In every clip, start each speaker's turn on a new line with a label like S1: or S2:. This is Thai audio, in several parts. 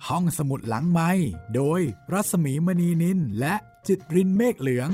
S1: ห้องสมุดหลังไมค์โดยรัศมีมณีนินและจิตรินเมฆเหลือง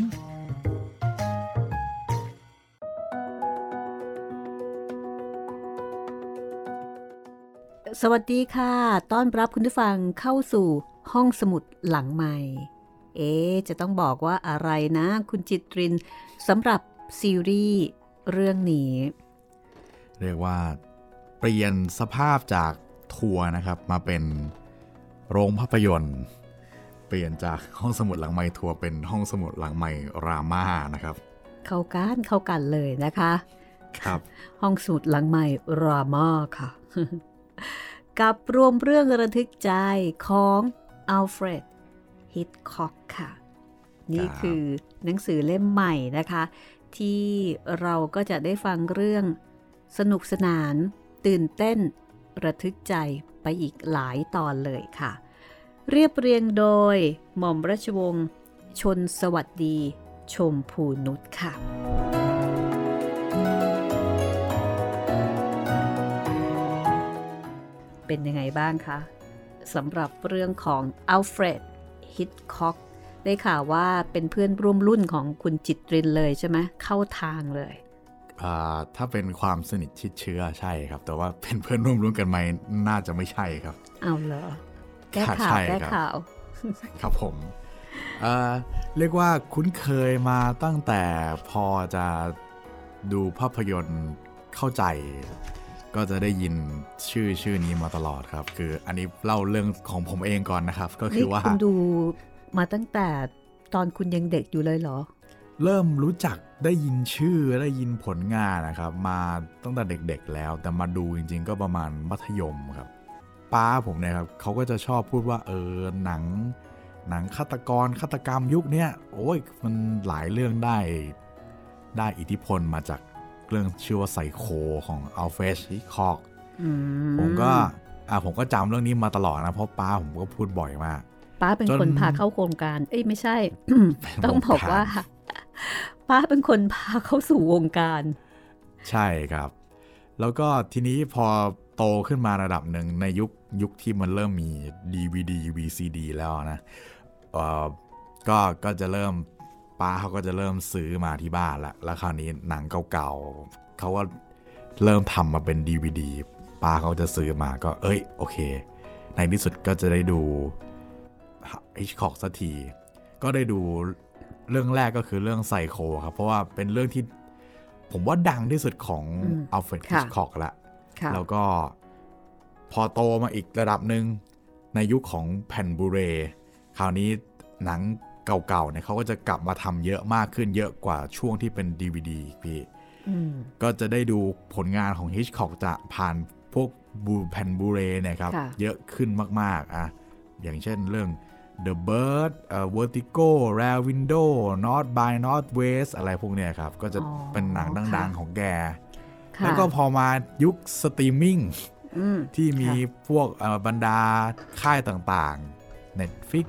S2: สวัสดีค่ะต้อนรับคุณผู้ฟังเข้าสู่ห้องสมุดหลังไมค์จะต้องบอกว่าอะไรนะคุณจิตรินสำหรับซีรีส์เรื่องนี้
S1: เรียกว่าเปลี่ยนสภาพจากทัวร์นะครับมาเป็นโรงภาพยนตร์เปลี่ยนจากห้องสมุดหลังไมค์ทัวร์เป็นห้องสมุดหลังไมค์ราม่านะครับ
S2: เข้ากันเลยนะคะ
S1: ครับ
S2: ห้องสมุดหลังไมค์ราม่าค่ะ กับรวมเรื่องระทึกใจของอัลเฟรดฮิตคอกค่ะนี่คือหนังสือเล่มใหม่นะคะที่เราก็จะได้ฟังเรื่องสนุกสนานตื่นเต้นระทึกใจไปอีกหลายตอนเลยค่ะเรียบเรียงโดยหม่อมราชวงศ์ชนสวัสดีชมพูนุชค่ะเป็นยังไงบ้างคะสำหรับเรื่องของอัลเฟรดฮิตคอกได้ข่าวว่าเป็นเพื่อนร่วมรุ่นของคุณจิตรินเลยใช่ไหมเข้าทางเลย
S1: ถ้าเป็นความสนิทชิดเชื้อใช่ครับแต่ว่าเป็นเพื่อนร่วมรุ่นกันไหมน่าจะไม่ใช่ครับ
S2: เอาเหรอแก้ข่าว
S1: ครับผมเรียกว่าคุ้นเคยมาตั้งแต่พอจะดูภาพยนตร์เข้าใจก็จะได้ยินชื่อนี้มาตลอดครับคืออันนี้เล่าเรื่องของผมเองก่อนนะครับก็คือว่า
S2: คุณดูมาตั้งแต่ตอนคุณยังเด็กอยู่เลยเหรอ
S1: เริ่มรู้จักได้ยินชื่อได้ยินผลงานนะครับมาตั้งแต่เด็กๆแล้วแต่มาดูจริงๆก็ประมาณมัธยมครับป้าผมเนี่ยครับเขาก็จะชอบพูดว่าหนังฆาตกรรมยุคนี้โอ้ยมันหลายเรื่องได้อิทธิพลมาจากเรื่องชื่อว่าไซโคของอัลเฟรด ฮิตคอกผมก็จำเรื่องนี้มาตลอดนะเพราะป้าผมก็พูดบ่อยมาก
S2: ป้าเป็นคนพาเข้าโครงการไม่ใช่ ต้องบอกว่าป้าเป็นคนพาเข้าสู่วงการ
S1: ใช่ครับแล้วก็ทีนี้พอโตขึ้นมาระดับหนึ่งในยุคที่มันเริ่มมี DVD VCD แล้วนะก็จะเริ่มป้าเขาก็จะเริ่มซื้อมาที่บ้านแล้วคราวนี้หนังเก่าๆเขาก็เริ่มทำมาเป็น DVD ป้าเขาจะซื้อมาก็โอเคในที่สุดก็จะได้ดูฮิตคอกสักทีก็ได้ดูเรื่องแรกก็คือเรื่องไซโคครับเพราะว่าเป็นเรื่องที่ผมว่าดังที่สุดของอัลเฟรด ฮิตคอกละแล้วก็พอโตมาอีกระดับหนึ่งในยุคของแผ่นบูเรคราวนี้หนังเก่าๆเนี่ยเขาก็จะกลับมาทำเยอะมากขึ้นเยอะกว่าช่วงที่เป็น DVD พี่ก็จะได้ดูผลงานของฮิตคอกจะผ่านพวกแผ่นบูเรเนี่ยครับเยอะขึ้นมากๆอย่างเช่นเรื่อง The Bird Vertigo Rear Window North by Northwest อะไรพวกเนี้ยครับก็จะเป็นหนังดังๆของแกแล้วก็พอมายุคสตรีมมิ่งที่มีพวกบรรดาค่ายต่างๆ Netflix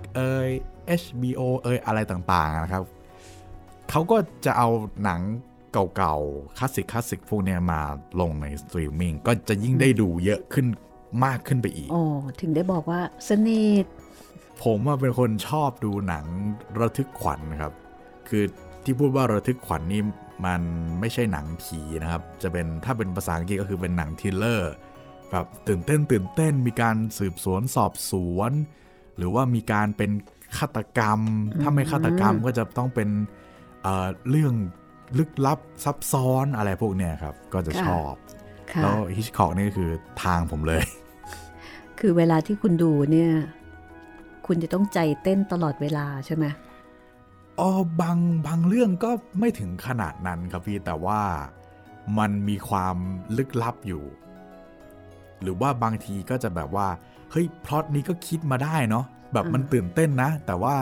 S1: HBO อะไรต่างๆนะครับเขาก็จะเอาหนังเก่าๆคลาสสิกพวกเนี้ยมาลงในสตรีมมิ่งก็จะยิ่งได้ดูเยอะขึ้นมากขึ้นไปอีก
S2: ถึงได้บอกว่าสนิท
S1: ผมเป็นคนชอบดูหนังระทึกขวัญครับคือที่พูดว่าระทึกขวัญนี่มันไม่ใช่หนังผีนะครับจะเป็นถ้าเป็นภาษาอังกฤษก็คือเป็นหนังทริลเลอร์แบบตื่นเต้นมีการสืบสวนสอบสวนหรือว่ามีการเป็นฆาตกรรมถ้าไม่ฆาตกรรมก็จะต้องเป็นเรื่องลึกลับซับซ้อนอะไรพวกเนี้ยครับก็จะชอบแล้วฮิตคอกนี่คือทางผมเลย
S2: คือเวลาที่คุณดูเนี่ยคุณจะต้องใจเต้นตลอดเวลาใช่ไหม
S1: บางเรื่องก็ไม่ถึงขนาดนั้นครับพี่แต่ว่ามันมีความลึกลับอยู่หรือว่าบางทีก็จะแบบว่าเฮ้ยพล็อตนี้ก็คิดมาได้เนาะแบบมันตื่นเต้นนะแต่ว่า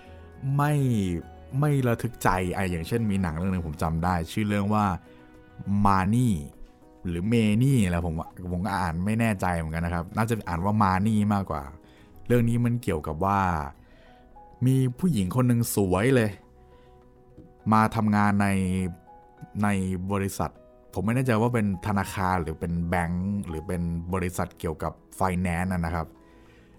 S1: ไม่ระทึกใจอย่างเช่นมีหนังเรื่องนึงผมจำได้ชื่อเรื่องว่ามานี่หรือเมนี่อะไรผมอ่านไม่แน่ใจเหมือนกันนะครับน่าจะอ่านว่ามานี่มากกว่าเรื่องนี้มันเกี่ยวกับว่ามีผู้หญิงคนหนึ่งสวยเลยมาทำงานในบริษัทผมไม่แน่ใจว่าเป็นธนาคารหรือเป็นแบงก์หรือเป็นบริษัทเกี่ยวกับไฟแนนซ์นะครับ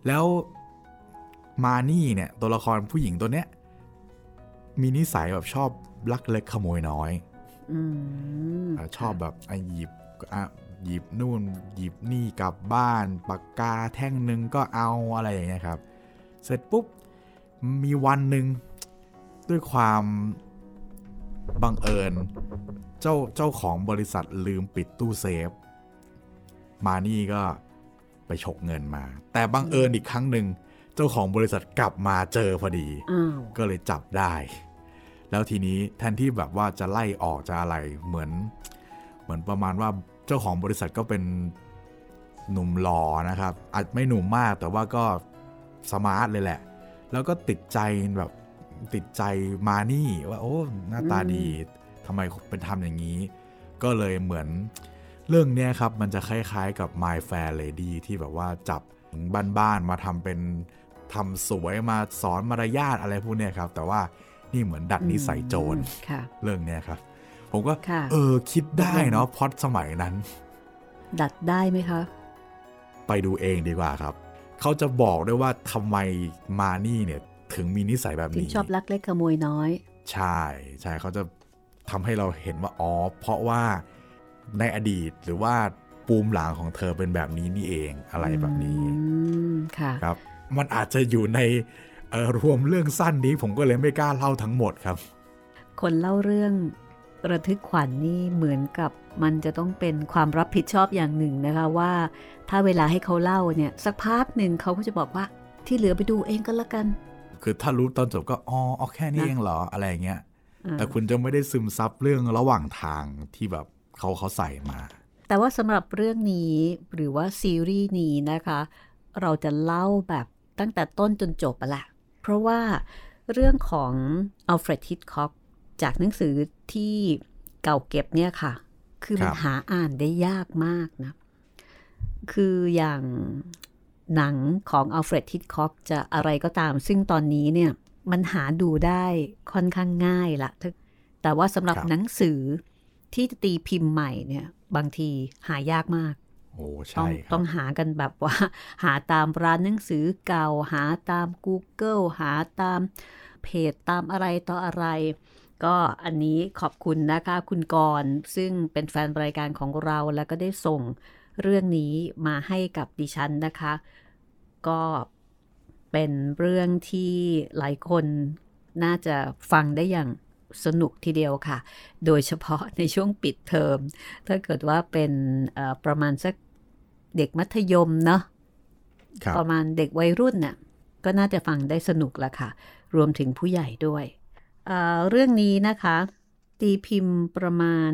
S1: แล้วมานี่เนี่ยตัวละครผู้หญิงตัวเนี้ยมีนิสัยแบบชอบลักเล็กขโมยน้อยชอบแบบหยิบนู่นหยิบนี่กลับบ้านปากกาแท่งนึงก็เอาอะไรอย่างเงี้ยครับเสร็จปุ๊บมีวันหนึ่งด้วยความบังเอิญเจ้าของบริษัทลืมปิดตู้เซฟมานี่ก็ไปฉกเงินมาแต่บังเอิญอีกครั้งหนึ่งเจ้าของบริษัทกลับมาเจอพอดีก็เลยจับได้แล้วทีนี้แทนที่แบบว่าจะไล่ออกจะอะไรเหมือนประมาณว่าเจ้าของบริษัทก็เป็นหนุ่มหล่อนะครับอาจไม่หนุ่มมากแต่ว่าก็สมาร์ทเลยแหละแล้วก็ติดใจมานี่ว่าโอ้หน้าตาดีทำไมเป็นทำอย่างนี้ก็เลยเหมือนเรื่องนี้ครับมันจะคล้ายๆกับ My Fair Lady ที่แบบว่าจับบ้านๆมาทำสวยมาสอนมารยาทอะไรพวกนี้ครับแต่ว่านี่เหมือนดัดนิสัยโจรเรื่องนี้ครับผมก็คิดได้เนาะพล็อตสมัยนั้น
S2: ดัดได้ไหมคะ
S1: ไปดูเองดีกว่าครับเขาจะบอกด้วยว่าทำไมมานี่เนี่ยถึงมีนิสัยแบบนี้
S2: ชอบลักเล็กขโมยน้อย
S1: ใช่เขาจะทำให้เราเห็นว่าอ๋อเพราะว่าในอดีตหรือว่าปูมหลังของเธอเป็นแบบนี้นี่เองอะไรแบบนี้ครับมันอาจจะอยู่ในรวมเรื่องสั้นนี้ผมก็เลยไม่กล้าเล่าทั้งหมดครับ
S2: คนเล่าเรื่องระทึกขวัญ นี่เหมือนกับมันจะต้องเป็นความรับผิดชอบอย่างหนึ่งนะคะว่าถ้าเวลาให้เขาเล่าเนี่ยสักพักหนึ่งเขาก็จะบอกว่าที่เหลือไปดูเองก็แล้วกัน
S1: คือถ้ารู้ตอนจบก็อ๋อแค่นี้เองเหรออะไรอย่างเงี้ยแต่คุณจะไม่ได้ซึมซับเรื่องระหว่างทางที่แบบเขาใส่มา
S2: แต่ว่าสำหรับเรื่องนี้หรือว่าซีรีส์นี้นะคะเราจะเล่าแบบตั้งแต่ต้นจนจบแหละเพราะว่าเรื่องของอัลเฟรด ฮิตค็อกจากหนังสือที่เก่าเก็บเนี่ยค่ะคือมันหาอ่านได้ยากมากนะคืออย่างหนังของอัลเฟรด ฮิตค็อกจะอะไรก็ตามซึ่งตอนนี้เนี่ยมันหาดูได้ค่อนข้างง่ายละแต่ว่าสำหรับหนังสือที่จะตีพิมพ์ใหม่เนี่ยบางทีหายากมาก
S1: โอ้ใช่
S2: ต้องหากันแบบว่าหาตามร้านหนังสือเก่าหาตาม Google หาตามเพจตามอะไรต่ออะไรก็อันนี้ขอบคุณนะคะคุณกรณ์ซึ่งเป็นแฟนรายการของเราแล้วก็ได้ส่งเรื่องนี้มาให้กับดิฉันนะคะก็เป็นเรื่องที่หลายคนน่าจะฟังได้อย่างสนุกทีเดียวค่ะโดยเฉพาะในช่วงปิดเทอมถ้าเกิดว่าเป็นประมาณสักเด็กมัธยมเนาะประมาณเด็กวัยรุ่นน่ะก็น่าจะฟังได้สนุกละค่ะรวมถึงผู้ใหญ่ด้วยเรื่องนี้นะคะตีพิมพ์ประมาณ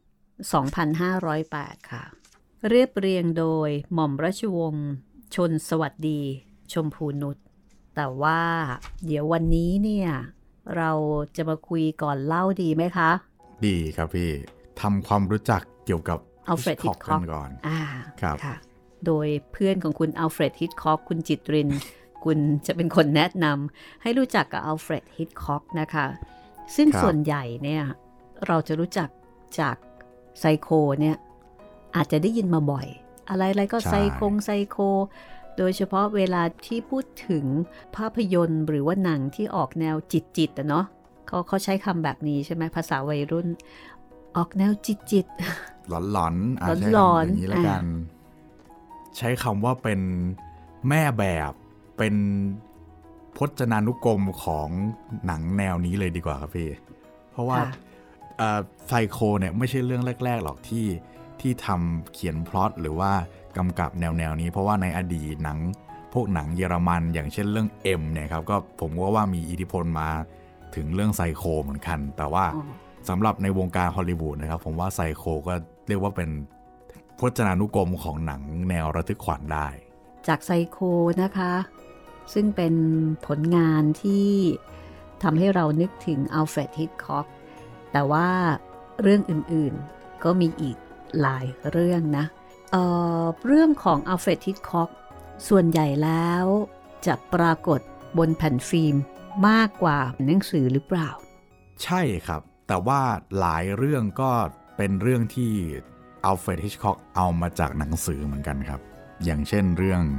S2: 2,508 ค่ะเรียบเรียงโดยหม่อมราชวงศ์ชนสวัสดีชมพูนุชแต่ว่าเดี๋ยววันนี้เนี่ยเราจะมาคุยก่อนเล่าดีไหมคะ
S1: ดีครับพี่ทำความรู้จักเกี่ยวกับ
S2: อัลเฟรด ฮิตค็อก
S1: ก่อน
S2: ครับค่ะโดยเพื่อนของคุณอัลเฟรด ฮิตค็อกคุณจิตริน คุณจะเป็นคนแนะนำให้รู้จักกับอัลเฟรด ฮิตค็อกนะคะซึ่งส่วนใหญ่เนี่ยเราจะรู้จักจากไซโคเนี่ยอาจจะได้ยินมาบ่อยอะไรๆก็ไซโคโดยเฉพาะเวลาที่พูดถึงภาพยนตร์หรือว่าหนังที่ออกแนวจิตๆเนาะเขาใช้คำแบบนี้ใช่ไหมภาษาวัยรุ่นออกแนวจิต
S1: หลอนๆหลอนอย่างนี้แล้วกันใช้คำว่าเป็นแม่แบบเป็นพจนานุกรมของหนังแนวนี้เลยดีกว่าครับพี่เพราะว่าไซโคเนี่ยไม่ใช่เรื่องแรกๆหรอกที่ทำเขียนพล็อตหรือว่ากำกับแนวนี้เพราะว่าในอดีตพวกหนังเยอรมันอย่างเช่นเรื่อง M เนี่ยครับก็ผมว่ามีอิทธิพลมาถึงเรื่องไซโคเหมือนกันแต่ว่าสำหรับในวงการฮอลลีวูดนะครับผมว่าไซโคก็เรียกว่าเป็นพจนานุกรมของหนังแนวระทึกขวัญได้
S2: จากไซโคนะคะซึ่งเป็นผลงานที่ทำให้เรานึกถึงอัลเฟรด ฮิตค็อกแต่ว่าเรื่องอื่นๆก็มีอีกหลายเรื่องนะเรื่องของอัลเฟรด ฮิตค็อกส่วนใหญ่แล้วจะปรากฏบนแผ่นฟิล์มมากกว่าหนังสือหรือเปล่า
S1: ใช่ครับแต่ว่าหลายเรื่องก็เป็นเรื่องที่อัลเฟรด ฮิตค็อกเอามาจากหนังสือเหมือนกันครับอย่างเช่นเรื่อง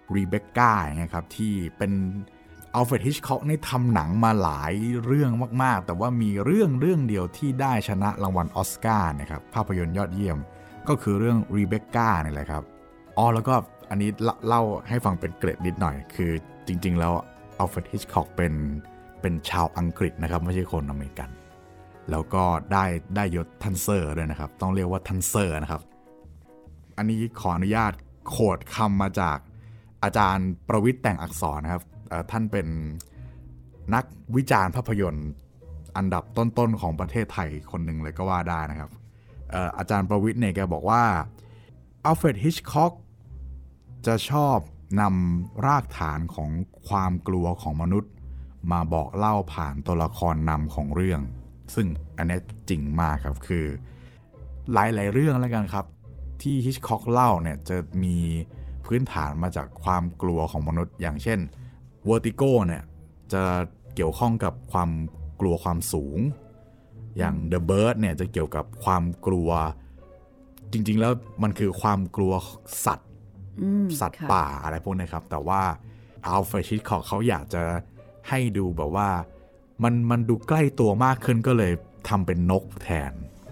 S1: รีเบคก้าอย่างเงี้ยครับที่เป็นอัลเฟรด ฮิชค็อกนี่ทำหนังมาหลายเรื่องมากๆแต่ว่ามีเรื่องเดียวที่ได้ชนะรางวัลออสการ์นะครับภาพยนตร์ยอดเยี่ยมก็คือเรื่องรีเบคก้านี่แหละครับแล้วก็อันนี้เล่าให้ฟังเป็นเกร็ดนิดหน่อยคือจริงๆแล้วอัลเฟรด ฮิชค็อกเป็นชาวอังกฤษนะครับไม่ใช่คนอเมริกันแล้วก็ได้ยศทันเซอร์ด้วยนะครับต้องเรียกว่าทันเซอร์นะครับอันนี้ขออนุญาตโขดคำมาจากอาจารย์ประวิตรแต่งอักษรนะครับท่านเป็นนักวิจารณ์ภาพยนตร์อันดับต้นๆของประเทศไทยคนหนึ่งเลยก็ว่าได้นะครับอาจารย์ประวิตรเนี่ยแกบอกว่าอัลเฟรด ฮิชค็อกจะชอบนำรากฐานของความกลัวของมนุษย์มาบอกเล่าผ่านตัวละครนำของเรื่องซึ่งอันนี้จริงมากครับคือหลายๆเรื่องแล้วกันครับที่ฮิชค็อกเล่าเนี่ยจะมีพื้นฐานมาจากความกลัวของมนุษย์อย่างเช่น Vertigo เนี่ยจะเกี่ยวข้องกับความกลัวความสูงอย่าง The Bird เนี่ยจะเกี่ยวกับความกลัวจริงๆแล้วมันคือความกลัวสัตว์ป่าอะไรพวกนี้ครับแต่ว่าอัลเฟรด ฮิชค็อกเขาอยากจะให้ดูแบบว่ามันดูใกล้ตัวมากขึ้นก็เลยทำเป็นนกแทน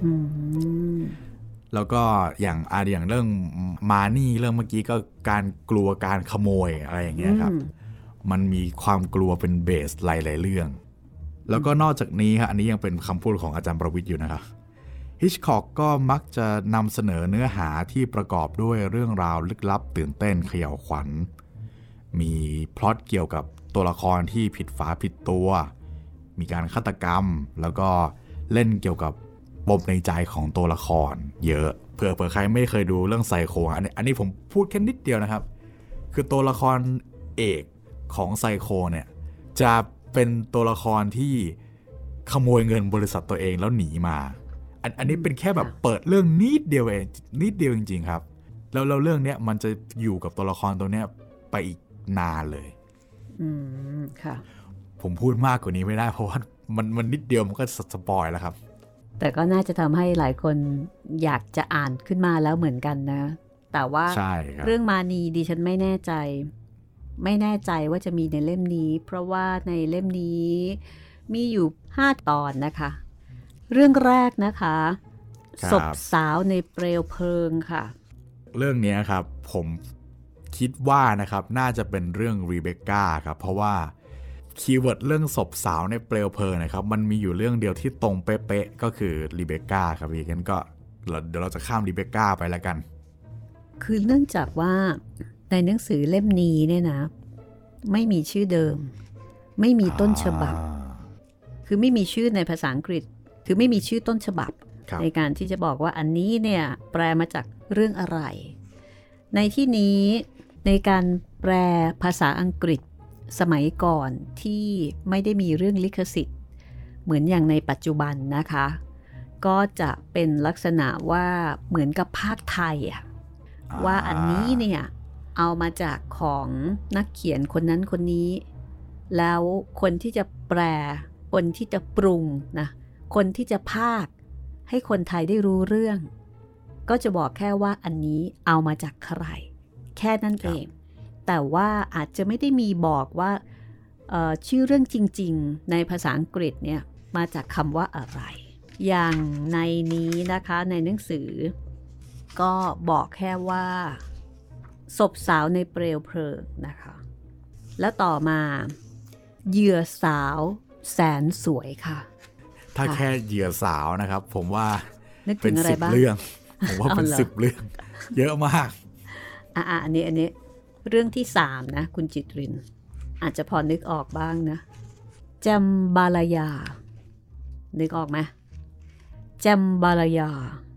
S1: แล้วก็อย่างเรื่องมานี่เรื่องเมื่อกี้ก็การกลัวการขโมยอะไรอย่างเงี้ยครับมันมีความกลัวเป็นเบสหลายๆเรื่องแล้วก็นอกจากนี้ครับอันนี้ยังเป็นคำพูดของอาจารย์ประวิตรอยู่นะครับฮิชค็อกก็มักจะนำเสนอเนื้อหาที่ประกอบด้วยเรื่องราวลึกลับตื่นเต้นเขย่าวขวัญมีพล็อตเกี่ยวกับตัวละครที่ผิดฝาผิดตัวมีการฆาตกรรมแล้วก็เล่นเกี่ยวกับปมในใจของตัวละครเยอะเผื่อใครไม่เคยดูเรื่องไซโคอันนี้ผมพูดแค่นิดเดียวนะครับคือตัวละครเอกของไซโคเนี่ยจะเป็นตัวละครที่ขโมยเงินบริษัทตัวเองแล้วหนีมาอันนี้เป็นแค่แบบเปิดเรื่องนิดเดียวเองนิดเดียวจริงๆครับแล้วเรื่องนี้มันจะอยู่กับตัวละครตัวเนี้ยไปอีกนานเลย
S2: ค่ะ
S1: ผมพูดมากกว่านี้ไม่ได้เพราะว่ามันนิดเดียวมันก็สปอยแล้วครับ
S2: แต่ก็น่าจะทำให้หลายคนอยากจะอ่านขึ้นมาแล้วเหมือนกันนะแต่ว่าเรื่องมานีดิฉันไม่แน่ใจว่าจะมีในเล่มนี้เพราะว่าในเล่มนี้มีอยู่5 ตอนนะคะเรื่องแรกนะคะศพสาวในเปลวเพลิงค่ะ
S1: เรื่องนี้ครับผมคิดว่านะครับน่าจะเป็นเรื่องรีเบคก้าครับเพราะว่าคีย์เวิร์ดเรื่องศพสาวในเปลวเพลิงนะครับมันมีอยู่เรื่องเดียวที่ตรงเป๊ะๆก็คือรีเบคก้าครับพี่งั้นก็เดี๋ยวเราจะข้ามรีเบคก้าไปแล้วกัน
S2: คือเนื่องจากว่าในหนังสือเล่มนี้เนี่ยนะไม่มีชื่อเดิมไม่มีต้นฉบับคือไม่มีชื่อในภาษาอังกฤษคือไม่มีชื่อต้นฉบับในการที่จะบอกว่าอันนี้เนี่ยแปลมาจากเรื่องอะไรในที่นี้ในการแปลภาษาอังกฤษสมัยก่อนที่ไม่ได้มีเรื่องลิขสิทธิ์เหมือนอย่างในปัจจุบันนะคะก็จะเป็นลักษณะว่าเหมือนกับภาคไทยว่าอันนี้เนี่ยเอามาจากของนักเขียนคนนั้นคนนี้แล้วคนที่จะแปลคนที่จะปรุงนะคนที่จะพากย์ให้คนไทยได้รู้เรื่องก็จะบอกแค่ว่าอันนี้เอามาจากใครแค่นั้นเองแต่ว่าอาจจะไม่ได้มีบอกว่าชื่อเรื่องจริงๆในภาษาอังกฤษเนี่ยมาจากคำว่าอะไรอย่างในนี้นะคะในหนังสือก็บอกแค่ว่าศพสาวในเปลวเพลิงนะคะแล้วต่อมาเหยื่อสาวแสนสวยค่ะ
S1: ถ้าแค่เหยื่อสาวนะครับผมว่า
S2: เป็น10
S1: เรื่องผมว่าเป็น10 เรื่องเยอะมาก
S2: อันนี้เรื่องที่3นะคุณจิตรินอาจจะพอนึกออกบ้างนะแจมบาลายานึกออกไหมแจมบาลายา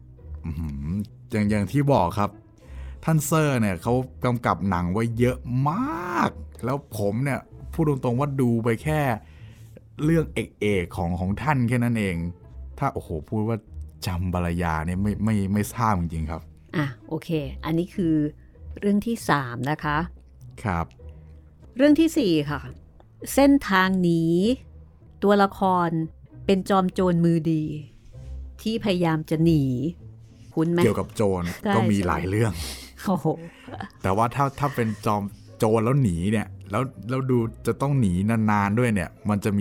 S1: อย่างที่บอกครับท่านเซอร์เนี่ยเขากำกับหนังไว้เยอะมากแล้วผมเนี่ยพูดตรงๆว่าดูไปแค่เรื่องเอกของท่านแค่นั้นเองถ้าโอ้โหพูดว่าจำบาลายาเนี่ยไม่ทราบจริงๆครับ
S2: โอเคอันนี้คือเรื่องที่3นะคะ
S1: ครับ
S2: เรื่องที่4ค่ะเส้นทางหนีตัวละครเป็นจอมโจรมือดีที่พยายามจะหนีคุ้นไหม
S1: เกี่ยวกับโจรก็มีหลายเรื่อง
S2: โอ้โห
S1: แต่ว่าถ้าเป็นโจรแล้วหนีเนี่ยแล้วดูจะต้องหนีนานๆด้วยเนี่ยมันจะมี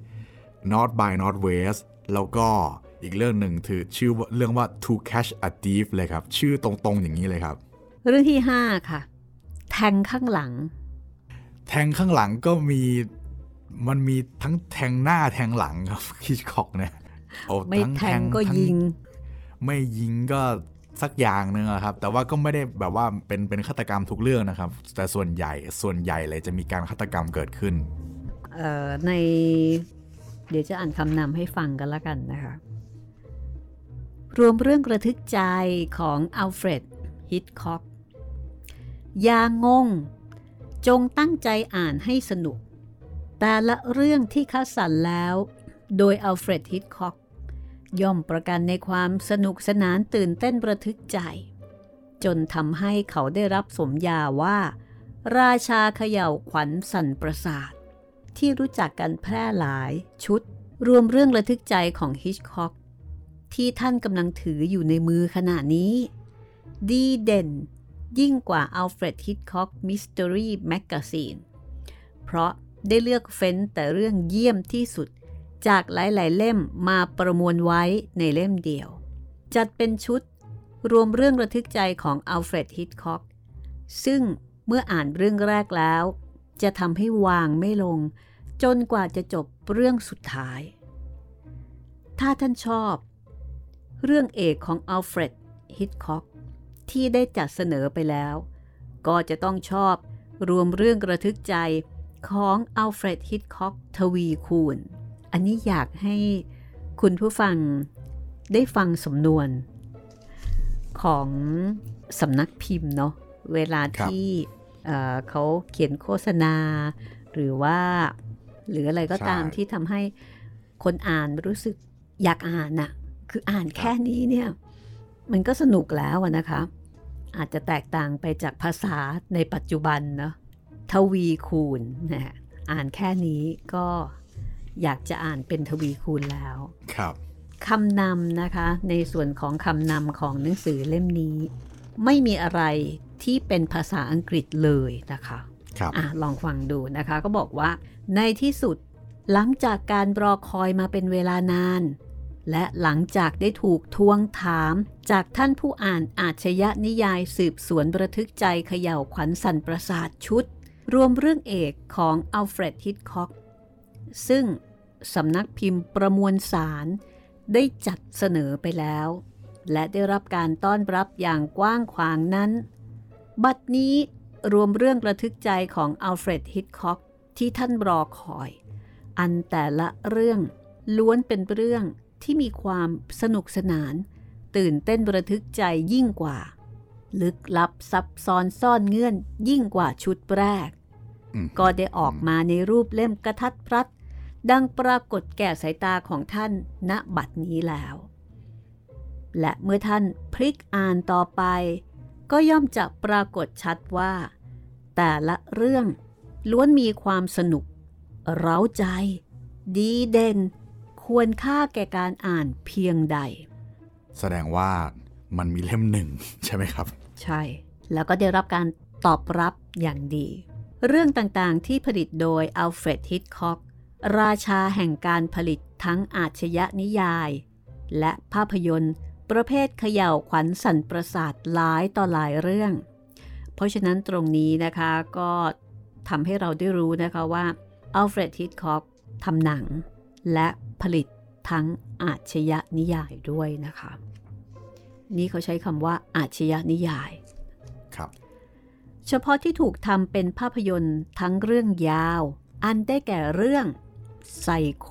S1: North by Northwest แล้วก็อีกเรื่องหนึ่งคือชื่อเรื่องว่า To Catch a Thief เลยครับชื่อตรงๆอย่างนี้เลยครับ
S2: เรื่องที่5ค่ะแทงข้างหลัง
S1: ก็มันมีทั้งแทงหน้าแทงหลังครับฮิตค็อกเนี่ย
S2: ไม่แทงก็ยิง
S1: ไม่ยิงก็สักอย่างนึงครับแต่ว่าก็ไม่ได้แบบว่าเป็นฆาตกรรมทุกเรื่องนะครับแต่ส่วนใหญ่เลยจะมีการฆาตกรรมเกิดขึ้น
S2: ในเดี๋ยวจะอ่านคำนำให้ฟังกันละกันนะคะรวมเรื่องระทึกใจของอัลเฟรดฮิตค็อกอย่างงงจงตั้งใจอ่านให้สนุกแต่ละเรื่องที่คัดสรรแล้วโดยอัลเฟรดฮิตค็อกย่อมประกันในความสนุกสนานตื่นเต้นระทึกใจจนทำให้เขาได้รับสมญาว่าราชาเขย่าขวัญสั่นประสาทที่รู้จักกันแพร่หลายชุดรวมเรื่องระทึกใจของฮิตค็อกที่ท่านกำลังถืออยู่ในมือขณะนี้ดีเด่นยิ่งกว่าอัลเฟรดฮิตค็อกมิสเตอรี่แมกกาซีนเพราะได้เลือกเฟ้นแต่เรื่องเยี่ยมที่สุดจากหลายๆเล่มมาประมวลไว้ในเล่มเดียวจัดเป็นชุดรวมเรื่องระทึกใจของอัลเฟรดฮิตค็อกซึ่งเมื่ออ่านเรื่องแรกแล้วจะทำให้วางไม่ลงจนกว่าจะจบเรื่องสุดท้ายถ้าท่านชอบเรื่องเอกของอัลเฟรดฮิตค็อกที่ได้จัดเสนอไปแล้วก็จะต้องชอบรวมเรื่องระทึกใจของอัลเฟรดฮิตค็อกทวีคูณอันนี้อยากให้คุณผู้ฟังได้ฟังสำนวนของสำนักพิมพ์เนาะเวลาที่เขาเขียนโฆษณาหรืออะไรก็ตามที่ทำให้คนอ่านรู้สึกอยากอ่านน่ะคืออ่านแค่นี้เนี่ยมันก็สนุกแล้วนะคะอาจจะแตกต่างไปจากภาษาในปัจจุบันเนาะทวีคูณนะอ่านแค่นี้ก็อยากจะอ่านเป็นทวีคูณแล้ว
S1: ครับ
S2: คำนำนะคะในส่วนของคำนำของหนังสือเล่มนี้ไม่มีอะไรที่เป็นภาษาอังกฤษเลยนะคะ
S1: ครับ
S2: ลองฟังดูนะคะก็บอกว่าในที่สุดหลังจากการรอคอยมาเป็นเวลานานและหลังจากได้ถูกทวงถามจากท่านผู้อ่านอาชญนิยายสืบสวนระทึกใจเขย่าขวัญสั่นประสาทชุดรวมเรื่องเอกของอัลเฟรดฮิตค็อกซึ่งสำนักพิมพ์ประมวลสารได้จัดเสนอไปแล้วและได้รับการต้อนรับอย่างกว้างขวางนั้นบัดนี้รวมเรื่องระทึกใจของอัลเฟรดฮิตค็อกที่ท่านรอคอยอันแต่ละเรื่องล้วนเป็นเรื่องที่มีความสนุกสนานตื่นเต้นระทึกใจยิ่งกว่าลึกลับซับซ้อนซ่อนเงื่อนยิ่งกว่าชุดแรกก็ได้ออกมาในรูปเล่มกระทัดรัดดังปรากฏแก่สายตาของท่านณบัดนี้แล้วและเมื่อท่านพลิกอ่านต่อไปก็ย่อมจะปรากฏชัดว่าแต่ละเรื่องล้วนมีความสนุกเร้าใจดีเด่นควรค่าแก่การอ่านเพียงใด
S1: แสดงว่ามันมีเล่มหนึ่งใช่ไหมครับ
S2: ใช่แล้วก็ได้รับการตอบรับอย่างดีเรื่องต่างๆที่ผลิตโดยอัลเฟรดฮิตค็อกราชาแห่งการผลิตทั้งอาชญนิยายและภาพยนตร์ประเภทเขย่าขวัญสั่นประสาทหลายต่อหลายเรื่องเพราะฉะนั้นตรงนี้นะคะก็ทำให้เราได้รู้นะคะว่าอัลเฟรดฮิตค็อกทำหนังและผลิตทั้งอาชญนิยายด้วยนะคะนี่เขาใช้คำว่าอาชญนิยาย
S1: ครับ
S2: เฉพาะที่ถูกทำเป็นภาพยนตร์ทั้งเรื่องยาวอันได้แก่เรื่องไซโค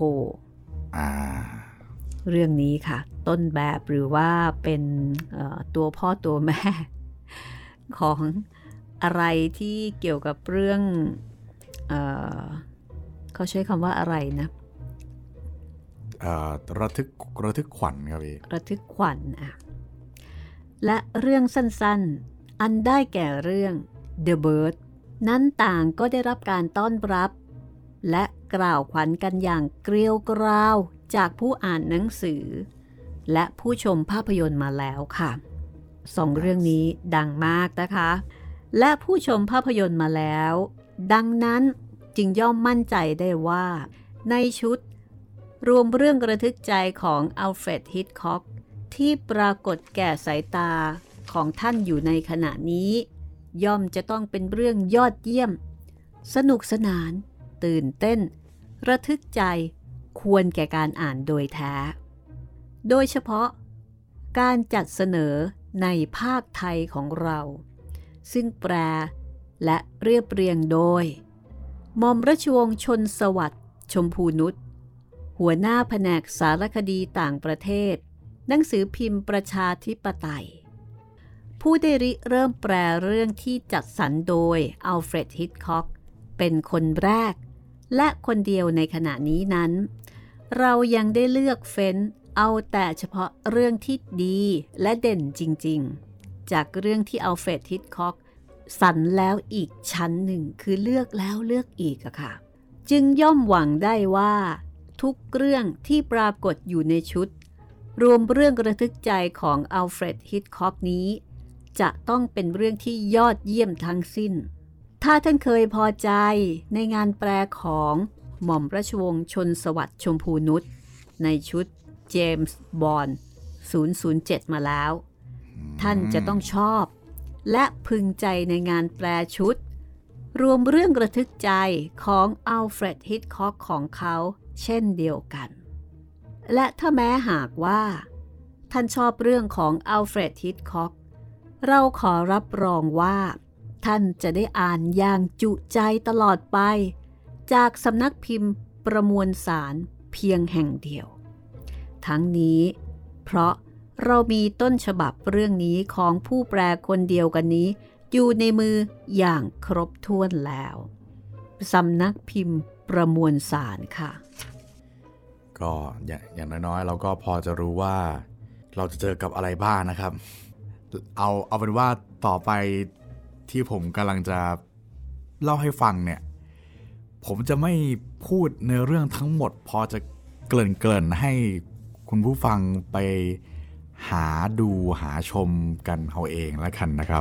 S2: เรื่องนี้ค่ะต้นแบบหรือว่าเป็นตัวพ่อตัวแม่ของอะไรที่เกี่ยวกับเรื่องเขาใช้คำว่าอะไรนะ
S1: ระทึกขวัญครับพี่
S2: ระทึกขวัญและเรื่องสั้นๆอันได้แก่เรื่อง The Bird นั้นต่างก็ได้รับการต้อนรับและกล่าวขวัญกันอย่างเกลียวกราวจากผู้อ่านหนังสือและผู้ชมภาพยนตร์มาแล้วค่ะสองเรื่องนี้ดังมากนะคะและผู้ชมภาพยนตร์มาแล้วดังนั้นจึงย่อมมั่นใจได้ว่าในชุดรวมเรื่องระทึกใจของอัลเฟรด ฮิตค็อกที่ปรากฏแก่สายตาของท่านอยู่ในขณะนี้ย่อมจะต้องเป็นเรื่องยอดเยี่ยมสนุกสนานตื่นเต้นระทึกใจควรแก่การอ่านโดยแท้โดยเฉพาะการจัดเสนอในภาคไทยของเราซึ่งแปลและเรียบเรียงโดยหม่อมราชวงศ์ชนสวัสดิ์ชมพูนุชหัวหน้าแผนกสารคดีต่างประเทศหนังสือพิมพ์ประชาธิปไตยผู้ได้ริเริ่มแปลเรื่องที่จัดสรรโดยอัลเฟรด ฮิตค็อกเป็นคนแรกและคนเดียวในขณะนี้นั้นเรายังได้เลือกเฟ้นเอาแต่เฉพาะเรื่องที่ดีและเด่นจริงๆจากเรื่องที่อัลเฟรด ฮิตค็อกสรรแล้วอีกชั้นหนึ่งคือเลือกแล้วเลือกอีกอะค่ะจึงย่อมหวังได้ว่าทุกเรื่องที่ปรากฏอยู่ในชุดรวมเรื่องระทึกใจของอัลเฟรด ฮิตค็อกนี้จะต้องเป็นเรื่องที่ยอดเยี่ยมทั้งสิ้นถ้าท่านเคยพอใจในงานแปลของหม่อมราชวงศ์ชนสวัสดิ์ชมพูนุชในชุดเจมส์บอนด์007มาแล้วท่านจะต้องชอบและพึงใจในงานแปลชุดรวมเรื่องระทึกใจของอัลเฟรด ฮิตค็อกของเขาเช่นเดียวกันและถ้าแม้หากว่าท่านชอบเรื่องของอัลเฟรด ฮิตค็อกเราขอรับรองว่าท่านจะได้อ่านอย่างจุใจตลอดไปจากสำนักพิมพ์ประมวลสารเพียงแห่งเดียวทั้งนี้เพราะเรามีต้นฉบับเรื่องนี้ของผู้แปลคนเดียวกันนี้อยู่ในมืออย่างครบถ้วนแล้วสำนักพิมพ์ประมวลสารค่ะ
S1: ก็อย่างน้อยๆเราก็พอจะรู้ว่าเราจะเจอกับอะไรบ้างนะครับเอาเป็นว่าต่อไปที่ผมกำลังจะเล่าให้ฟังเนี่ยผมจะไม่พูดในเรื่องทั้งหมดพอจะเกริ่นให้คุณผู้ฟังไปหาดูหาชมกันเอาเองแล้วกันนะครับ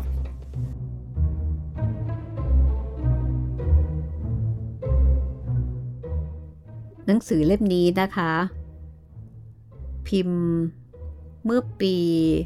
S2: หนังสือเล่มนี้นะคะพิมพ์เมื่อปี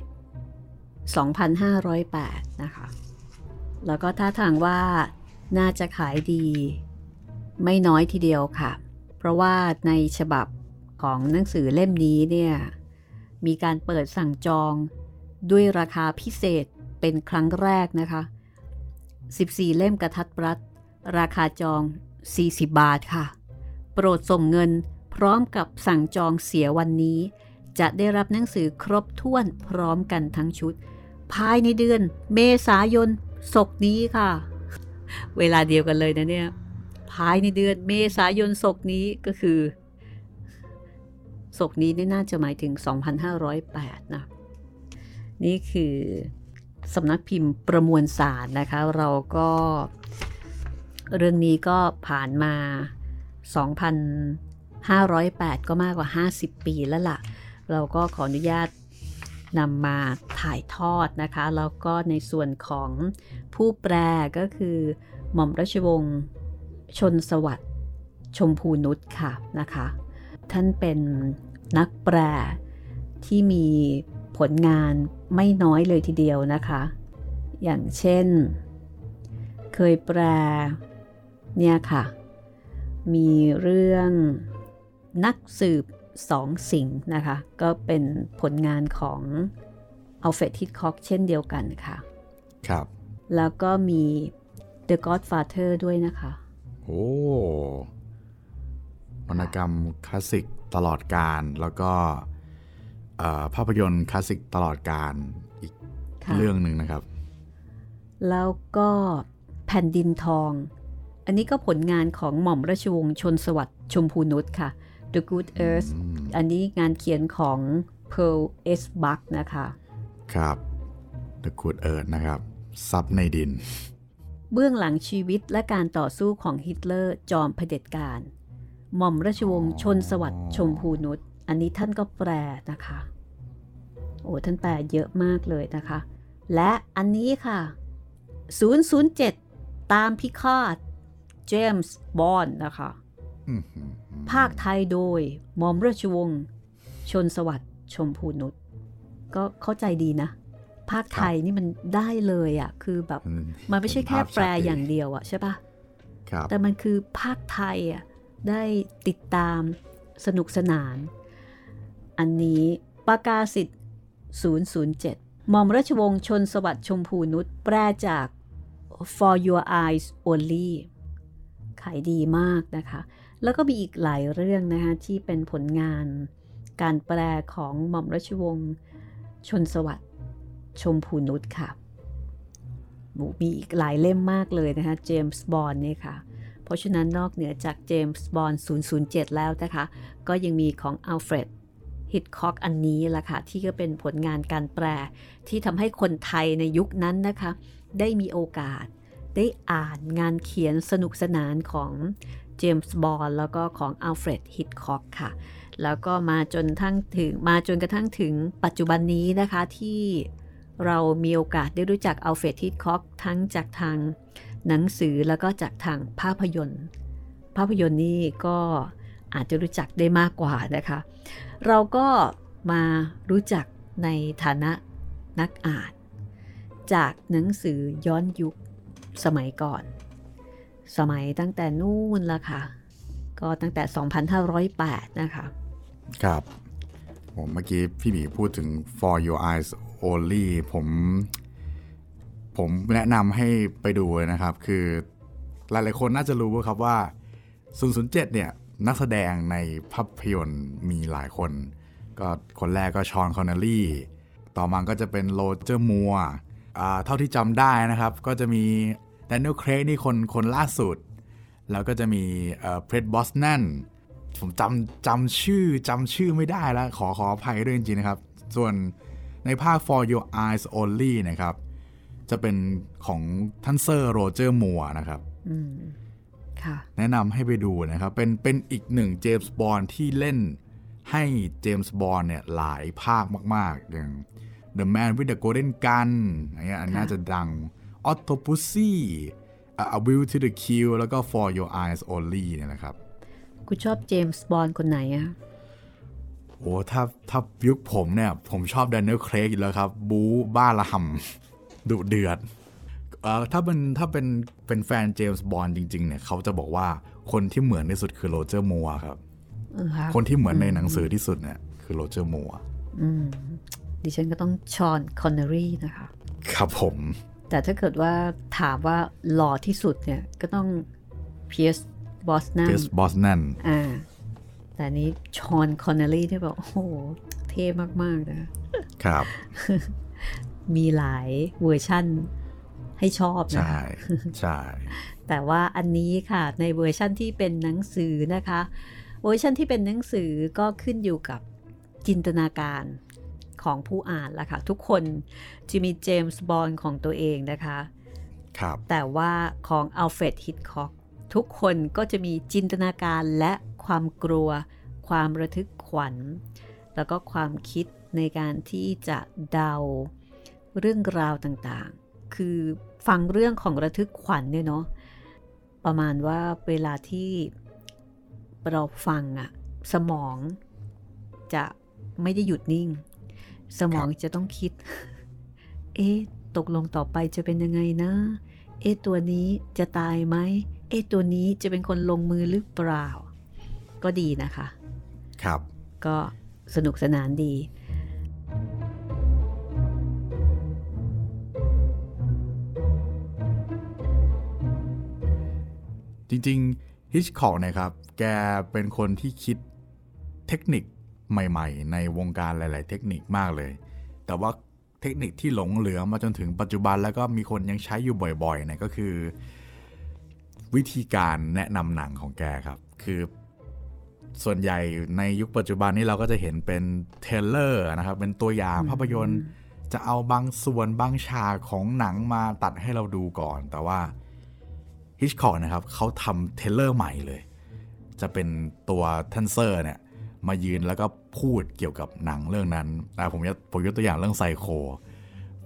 S2: 2508นะคะแล้วก็ท่าทางว่าน่าจะขายดีไม่น้อยทีเดียวค่ะเพราะว่าในฉบับของหนังสือเล่มนี้เนี่ยมีการเปิดสั่งจองด้วยราคาพิเศษเป็นครั้งแรกนะคะ14เล่มกระทัดรัดราคาจอง40 บาทค่ะโปรดส่งเงินพร้อมกับสั่งจองเสียวันนี้จะได้รับหนังสือครบถ้วนพร้อมกันทั้งชุดภายในเดือนเมษายนศกนี้ค่ะเวลาเดียวกันเลยนะเนี่ยภายในเดือนเมษายนศกนี้ก็คือศกนี้น่าจะหมายถึง2508นะนี่คือสำนักพิมพ์ประมวลสารนะคะเราก็เรื่องนี้ก็ผ่านมา2508ก็มากกว่า50ปีแล้วล่ะเราก็ขออนุญาตนำมาถ่ายทอดนะคะแล้วก็ในส่วนของผู้แปลก็คือหม่อมราชวงศ์ชนสวัสดิ์ชมพูนุชค่ะนะคะท่านเป็นนักแปลที่มีผลงานไม่น้อยเลยทีเดียวนะคะอย่างเช่นเคยแปลเนี่ยค่ะมีเรื่องนักสืบสองสิงห์นะคะก็เป็นผลงานของอัลเฟรด ฮิตค็อกเช่นเดียวกันค่ะ
S1: ครับ
S2: แล้วก็มี The Godfather ด้วยนะคะ
S1: โอ้วรรณกรรมคลาสสิกตลอดกาลแล้วก็ภาพยนตร์คลาสสิกตลอดกาลอีกเรื่องหนึ่งนะครับ
S2: แล้วก็แผ่นดินทองอันนี้ก็ผลงานของหม่อมราชวงศ์ชนสวัสดิ์ชมพูนุชค่ะ The Good Earth อันนี้งานเขียนของ Pearl S. Buck นะคะ
S1: ครับ The Good Earth นะครับซับในดิน
S2: เบื้องหลังชีวิตและการต่อสู้ของฮิตเลอร์จอมเผด็จการหม่อมราชวงศ์ชนสวัสดิ์ชมพูนุชอันนี้ท่านก็แปลนะคะโอ้ท่านแปลเยอะมากเลยนะคะและอันนี้ค่ะ 007 ตามพิฆาตเจมส์บอนด์นะคะภาคไทยโดยหม่อมราชวงศ์ชนสวัสดิ์ชมพูนุชก็เข้าใจดีนะภาคไทยนี่มันได้เลยอ่ะคือแบบมันไม่ใช่แค่แปลอย่างเดียวอ่ะใช่ปะแต่มันคือภาคไทยอ่ะได้ติดตามสนุกสนานอันนี้ปากาสิทธิ์007หม่อมราชวงศ์ชนสวัสดิ์ชมพูนุชแปลจาก For Your Eyes Only ขายดีมากนะคะแล้วก็มีอีกหลายเรื่องนะคะที่เป็นผลงานการแปลของหม่อมราชวงศ์ชนสวัสดิ์ชมพูนุชค่ะมีอีกหลายเล่มมากเลยนะคะเจมส์บอนด์เนี่ยค่ะเพราะฉะนั้นนอกเหนือจากเจมส์บอนด์007แล้วนะคะก็ยังมีของอัลเฟรดฮิตคอกอันนี้ล่ะค่ะที่ก็เป็นผลงานการแปลที่ทำให้คนไทยในยุคนั้นนะคะได้มีโอกาสได้อ่านงานเขียนสนุกสนานของเจมส์บอนด์แล้วก็ของอัลเฟรดฮิตคอกค่ะแล้วก็มาจนกระทั่งถึงปัจจุบันนี้นะคะที่เรามีโอกาสได้รู้จักอัลเฟรดฮิตคอกทั้งจากทางหนังสือแล้วก็จากทางภาพยนตร์นี่ก็อาจจะรู้จักได้มากกว่านะคะเราก็มารู้จักในฐานะนักอ่านจากหนังสือย้อนยุคสมัยก่อนสมัยตั้งแต่นู่นละค่ะก็ตั้งแต่2508นะคะ
S1: ครับผมเมื่อกี้พี่หมีพูดถึง For Your Eyes Only ผมแนะนำให้ไปดูนะครับคือหลายๆคนน่าจะรู้ครับว่า007เนี่ยนักแสดงในภาพยนตร์มีหลายคนก็คนแรกก็ชอนคอนเนลลี่ต่อมาก็จะเป็นโรเจอร์มัวร์เท่าที่จำได้นะครับก็จะมีแดเนียล เครกนี่คนล่าสุดแล้วก็จะมีเพรด บอสแนนผมจำชื่อไม่ได้แล้วขออภัยด้วยจริงๆนะครับส่วนในภาค For Your Eyes Only นะครับจะเป็นของท่านเซอร์โรเจอร์มัวร์นะครับแนะนำให้ไปดูนะครับเป็นอีกหนึ่งเจมส์บอนด์ที่เล่นให้เจมส์บอนด์เนี่ยหลายภาคมากๆอย่าง The Man with the Golden Gun อันน่าจะดัง Octopussy A View to the Kill แล้วก็ For Your Eyes Only เนี่ยนะครับ
S2: คุณชอบเจมส์บอนด์คนไหนอะ
S1: โอ้ถ้ายุคผมเนี่ยผมชอบแดเนียล เครกอยู่แล้วครับบู๊บ้าระห่ำดุเดือดถ้าเป็นแฟนเจมส์บอนด์จริงๆเนี่ยเขาจะบอกว่าคนที่เหมือนที่สุดคือโรเจอร์มัวร์ครับคนที่เหมือนในหนังสือที่สุดเนี่ยคือโรเจอร์มัวร์
S2: ดิฉันก็ต้องชอนคอนเนอรี่นะคะ
S1: ครับผม
S2: แต่ถ้าเกิดว่าถามว่าหล่อที่สุดเนี่ยก็ต้องเพียร์สบอสแนนแต่นี้ชอนคอนเนอรี่ที่แบบโอ้โหเท่มากๆนะครับ มีหลายเวอร์ชั่นให้ชอบนะ
S1: ใช่
S2: แต่ว่าอันนี้ค่ะในเวอร์ชั่นที่เป็นหนังสือนะคะเวอร์ชั่นที่เป็นหนังสือก็ขึ้นอยู่กับจินตนาการของผู้อ่านละค่ะทุกคนจะมีเจมส์บอนด์ของตัวเองนะคะ
S1: ครับ
S2: แต่ว่าของอัลเฟรด ฮิตคอกทุกคนก็จะมีจินตนาการและความกลัวความระทึกขวัญแล้วก็ความคิดในการที่จะเดาเรื่องราวต่างๆคือฟังเรื่องของระทึกขวัญเนี่ยเนาะประมาณว่าเวลาที่เราฟังอะสมองจะไม่ได้หยุดนิ่งสมองจะต้องคิดตกลงต่อไปจะเป็นยังไงนะตัวนี้จะตายไหมตัวนี้จะเป็นคนลงมือหรือเปล่าก็ดีนะคะ
S1: ครับ
S2: ก็สนุกสนานดี
S1: จริงๆฮิตคอกนะครับแกเป็นคนที่คิดเทคนิคใหม่ๆในวงการหลายๆเทคนิคมากเลยแต่ว่าเทคนิคที่หลงเหลือมาจนถึงปัจจุบันแล้วก็มีคนยังใช้อยู่บ่อยๆเนี่ยก็คือวิธีการแนะนำหนังของแกครับคือส่วนใหญ่ในยุคปัจจุบันนี้เราก็จะเห็นเป็นเทรลเลอร์นะครับเป็นตัวอย่างภาพยนตร์จะเอาบางส่วนบางฉากของหนังมาตัดให้เราดูก่อนแต่ว่าฮิตคอกนะครับเขาทำเทรลเลอร์ใหม่เลยจะเป็นตัวท่านเซอร์เนี่ยมายืนแล้วก็พูดเกี่ยวกับหนังเรื่องนั้นผมยกตัวอย่างเรื่องไซโค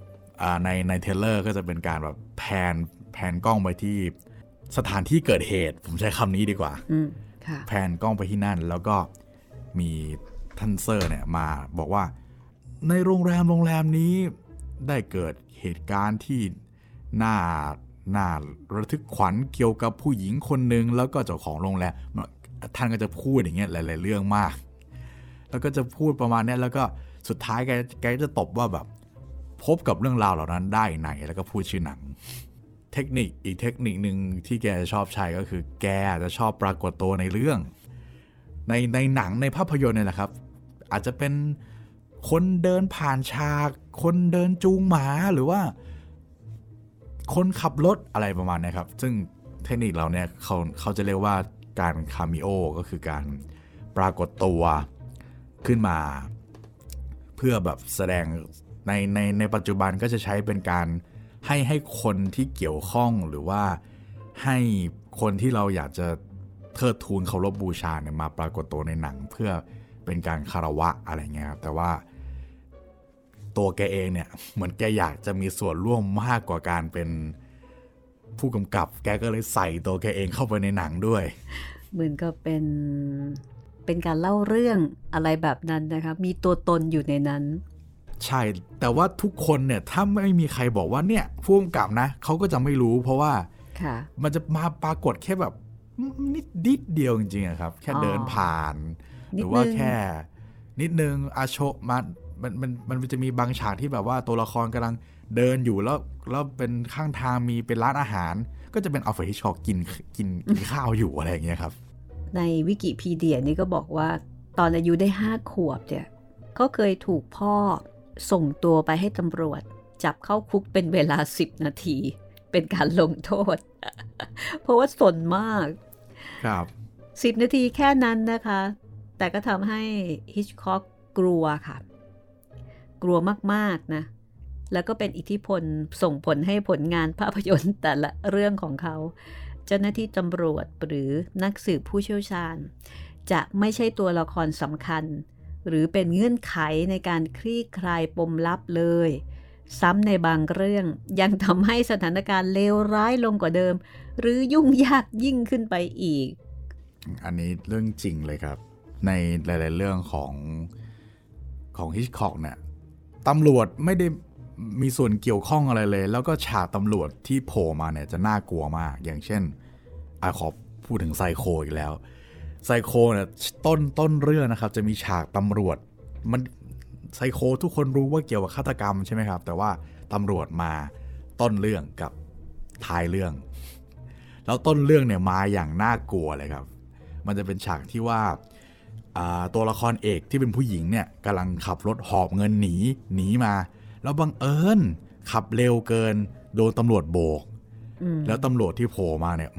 S1: ในเทรลเลอร์ก็จะเป็นการแบบแพนกล้องไปที่สถานที่เกิดเหตุผมใช้คำนี้ดีกว่าแพนกล้องไปที่นั่นแล้วก็มีท่านเซอร์เนี่ยมาบอกว่าในโรงแรมนี้ได้เกิดเหตุการณ์ที่น่าระทึกขวัญเกี่ยวกับผู้หญิงคนหนึ่งแล้วก็เจ้าของโรงแรมท่านก็จะพูดอย่างเงี้ยหลายๆเรื่องมากแล้วก็จะพูดประมาณนี้แล้วก็สุดท้ายแกจะตบว่าแบบพบกับเรื่องราวเหล่านั้นได้ไหนแล้วก็พูดชื่อหนังอีกเทคนิคนึงที่แกชอบใช้ก็คือแกจะชอบปรากฏตัวในเรื่องในหนังในภาพยนตร์เนี่ยแหละครับอาจจะเป็นคนเดินผ่านฉากคนเดินจูงหมาหรือว่าคนขับรถอะไรประมาณนี้ครับซึ่งเทคนิคเราเนี่ยเขาจะเรียกว่าการคาเมโอก็คือการปรากฏตัวขึ้นมาเพื่อแบบแสดงในปัจจุบันก็จะใช้เป็นการให้คนที่เกี่ยวข้องหรือว่าให้คนที่เราอยากจะเทิดทูนเคารพบูชาเนี่ยมาปรากฏตัวในหนังเพื่อเป็นการคารวะอะไรเงี้ยครับแต่ว่าตัวแกเองเนี่ยเหมือนแกอยากจะมีส่วนร่วมมากกว่าการเป็นผู้กำกับแกก็เลยใส่ตัวแกเองเข้าไปในหนังด้วย
S2: เหมือนกับเป็นการเล่าเรื่องอะไรแบบนั้นนะคะมีตัวตนอยู่ในนั้น
S1: ใช่แต่ว่าทุกคนเนี่ยถ้าไม่มีใครบอกว่าเนี่ยผู้กำกับนะเขาก็จะไม่รู้เพราะว่ามันจะมาปรากฏแค่แบบนิดเดียวจริงๆครับแค่เดินผ่านหรือว่าแค่นิดนึงอาโชมันจะมีบางฉากที่แบบว่าตัวละครกำลังเดินอยู่แล้วเป็นข้างทางมีเป็นร้านอาหารก็จะเป็นอัลเฟรด ฮิตช็อกกินข้าวอยู่อะไรอย่างเงี้ยครับ
S2: ในวิกิพีเดียนี่ก็บอกว่าตอนอายุได้5 ขวบเนี่ยเขาเคยถูกพ่อส่งตัวไปให้ตำรวจจับเข้าคุกเป็นเวลา10 นาทีเป็นการลงโทษ เพราะว่าสนมาก
S1: ครับ
S2: 10 นาทีแค่นั้นนะคะแต่ก็ทำให้ฮิตชค็อกกลัวค่ะกลัวมากๆนะแล้วก็เป็นอิทธิพลส่งผลให้ผลงานภาพยนตร์แต่ละเรื่องของเขาเจ้าหน้าที่ตำรวจหรือนักสืบผู้เชี่ยวชาญจะไม่ใช่ตัวละครสำคัญหรือเป็นเงื่อนไขในการคลี่คลายปมลับเลยซ้ำในบางเรื่องยังทำให้สถานการณ์เลวร้ายลงกว่าเดิมหรือยุ่งยากยิ่งขึ้นไปอีก
S1: อันนี้เรื่องจริงเลยครับในหลายๆเรื่องของฮิตชค็อกเนี่ยตำรวจไม่ได้มีส่วนเกี่ยวข้องอะไรเลยแล้วก็ฉากตำรวจที่โผล่มาเนี่ยจะน่ากลัวมากอย่างเช่นขอพูดถึงไซโคอีกแล้วไซโคเนี่ยต้นเรื่องนะครับจะมีฉากตำรวจมันไซโคทุกคนรู้ว่าเกี่ยวกับฆาตกรรมใช่ไหมครับแต่ว่าตำรวจมาต้นเรื่องกับท้ายเรื่องแล้วต้นเรื่องเนี่ยมาอย่างน่ากลัวเลยครับมันจะเป็นฉากที่ว่าตัวละครเอกที่เป็นผู้หญิงเนี่ยกำลังขับรถหอบเงินหนีมาแล้วบังเอิญขับเร็วเกินโดนตำรวจโบกแล้วตำรวจที่โผล่มาเนี่ย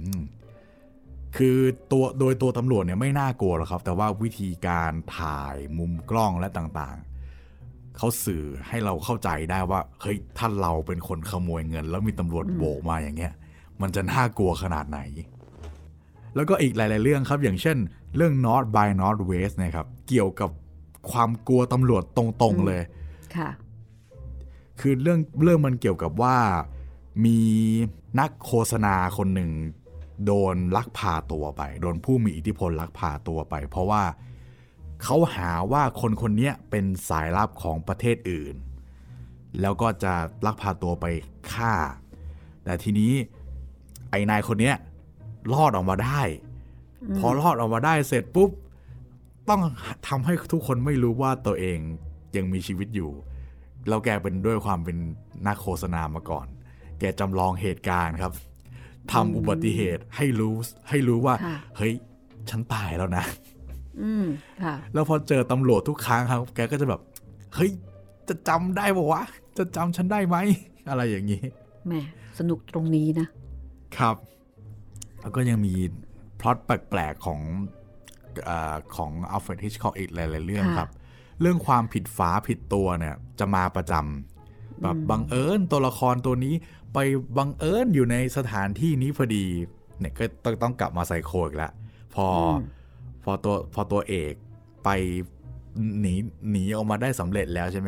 S1: คือโดยตัวตำรวจเนี่ยไม่น่ากลัวหรอกครับแต่ว่าวิธีการถ่ายมุมกล้องและต่างๆเขาสื่อให้เราเข้าใจได้ว่าเฮ้ยถ้าเราเป็นคนขโมยเงินแล้วมีตำรวจโบกมาอย่างเงี้ยมันจะน่ากลัวขนาดไหนแล้วก็อีกหลายๆเรื่องครับอย่างเช่นเรื่อง North by Northwest นะครับเกี่ยวกับความกลัวตำรวจตรงๆเลย
S2: ค่ะ
S1: คือเรื่องมันเกี่ยวกับว่ามีนักโฆษณาคนหนึ่งโดนลักพาตัวไปโดนผู้มีอิทธิพลลักพาตัวไปเพราะว่าเขาหาว่าคนนี้เป็นสายลับของประเทศอื่นแล้วก็จะลักพาตัวไปฆ่าแต่ทีนี้ไอ้นายคนนี้รอดออกมาได้พอรอดออกมาได้เสร็จปุ๊บต้องทำให้ทุกคนไม่รู้ว่าตัวเองยังมีชีวิตอยู่แล้วแกเป็นด้วยความเป็นนักโฆษณามาก่อนแกจำลองเหตุการณ์ครับทำอุบัติเหตุให้รู้ว่าเฮ้ยฉันตายแล้วนะแล้วพอเจอตำรวจทุกครั้งครับแกก็จะแบบเฮ้ยจะจำได้ป่าววะจะจำฉันได้ไหมอะไรอย่างนี้
S2: แหมสนุกตรงนี้นะครับ
S1: แล้วก็ยังมีพล็อตแปลกๆของอัลเฟรด ฮิตชค็อกอีกหลายๆเรื่องครับเรื่องความผิดฝาผิดตัวเนี่ยจะมาประจำแบบบังเอิญตัวละครตัวนี้ไปบังเอิญอยู่ในสถานที่นี้พอดีเนี่ยก็ต้องกลับมาไซโคอีกแล้วพอตัวเอกไปหนีออกมาได้สำเร็จแล้วใช่ไหมครับ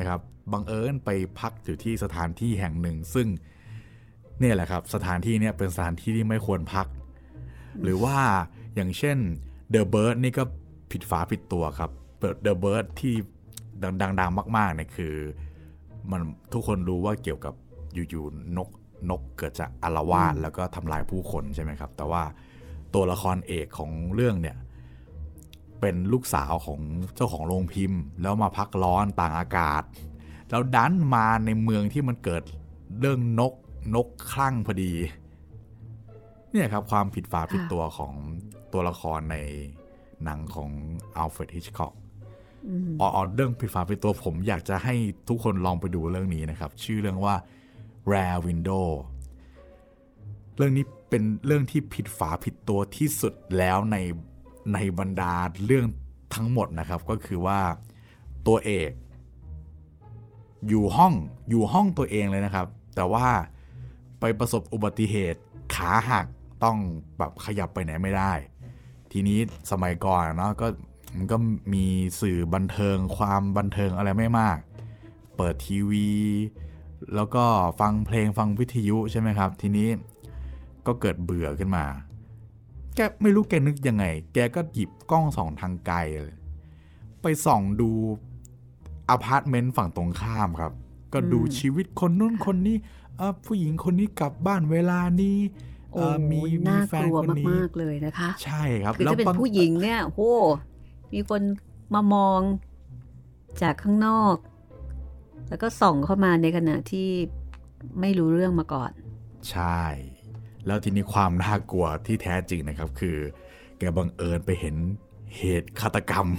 S1: บังเอิญไปพักอยู่ที่สถานที่แห่งหนึ่งซึ่งเนี่ยแหละครับสถานที่เนี่ยเป็นสถานที่ที่ไม่ควรพักหรือว่าอย่างเช่น The Bird นี่ก็ผิดฝาผิดตัวครับ The Bird ที่ดังๆมากๆเนี่ยคือมันทุกคนรู้ว่าเกี่ยวกับอยู่ๆนกเกิดจากอาละวาดแล้วก็ทำลายผู้คนใช่ไหมครับแต่ว่าตัวละครเอกของเรื่องเนี่ยเป็นลูกสาวของเจ้าของโรงพิมพ์แล้วมาพักร้อนต่างอากาศแล้วดันมาในเมืองที่มันเกิดเรื่องนกคลั่งพอดีเนี่ยครับความผิดฝาผิดตัวของตัวละครในหนังของอัลเฟรด ฮิตช์ค็อกเรื่องผิดฝาผิดตัวผมอยากจะให้ทุกคนลองไปดูเรื่องนี้นะครับชื่อเรื่องว่า Rare Window เรื่องนี้เป็นเรื่องที่ผิดฝาผิดตัวที่สุดแล้วในบรรดาเรื่องทั้งหมดนะครับก็คือว่าตัวเอกอยู่ห้องตัวเองเลยนะครับแต่ว่าไปประสบอุบัติเหตุขาหักต้องแบบขยับไปไหนไม่ได้ทีนี้สมัยก่อนเนาะก็มันก็มีสื่อบันเทิงความบันเทิงอะไรไม่มากเปิดทีวีแล้วก็ฟังเพลงฟังวิทยุใช่ไหมครับทีนี้ก็เกิดเบื่อขึ้นมาแกไม่รู้แกนึกยังไงแกก็หยิบกล้องส่องทางไกลเลยไปส่องดูอพาร์ตเมนต์ฝั่งตรงข้ามครับก็ดูชีวิตคนนู้นคนนี้ผู้หญิงคนนี้กลับบ้านเวลานี้มีแฟนคนนี้
S2: มากๆเลยนะคะ
S1: ใช่ครับ
S2: คือถ้าเป็นผู้หญิงเนี่ยโหมีคนมามองจากข้างนอกแล้วก็ส่องเข้ามาในขณะที่ไม่รู้เรื่องมาก่อน
S1: ใช่แล้วทีนี้ความน่ากลัวที่แท้จริงนะครับคือแกบังเอิญไปเห็นเหตุฆาตกรรม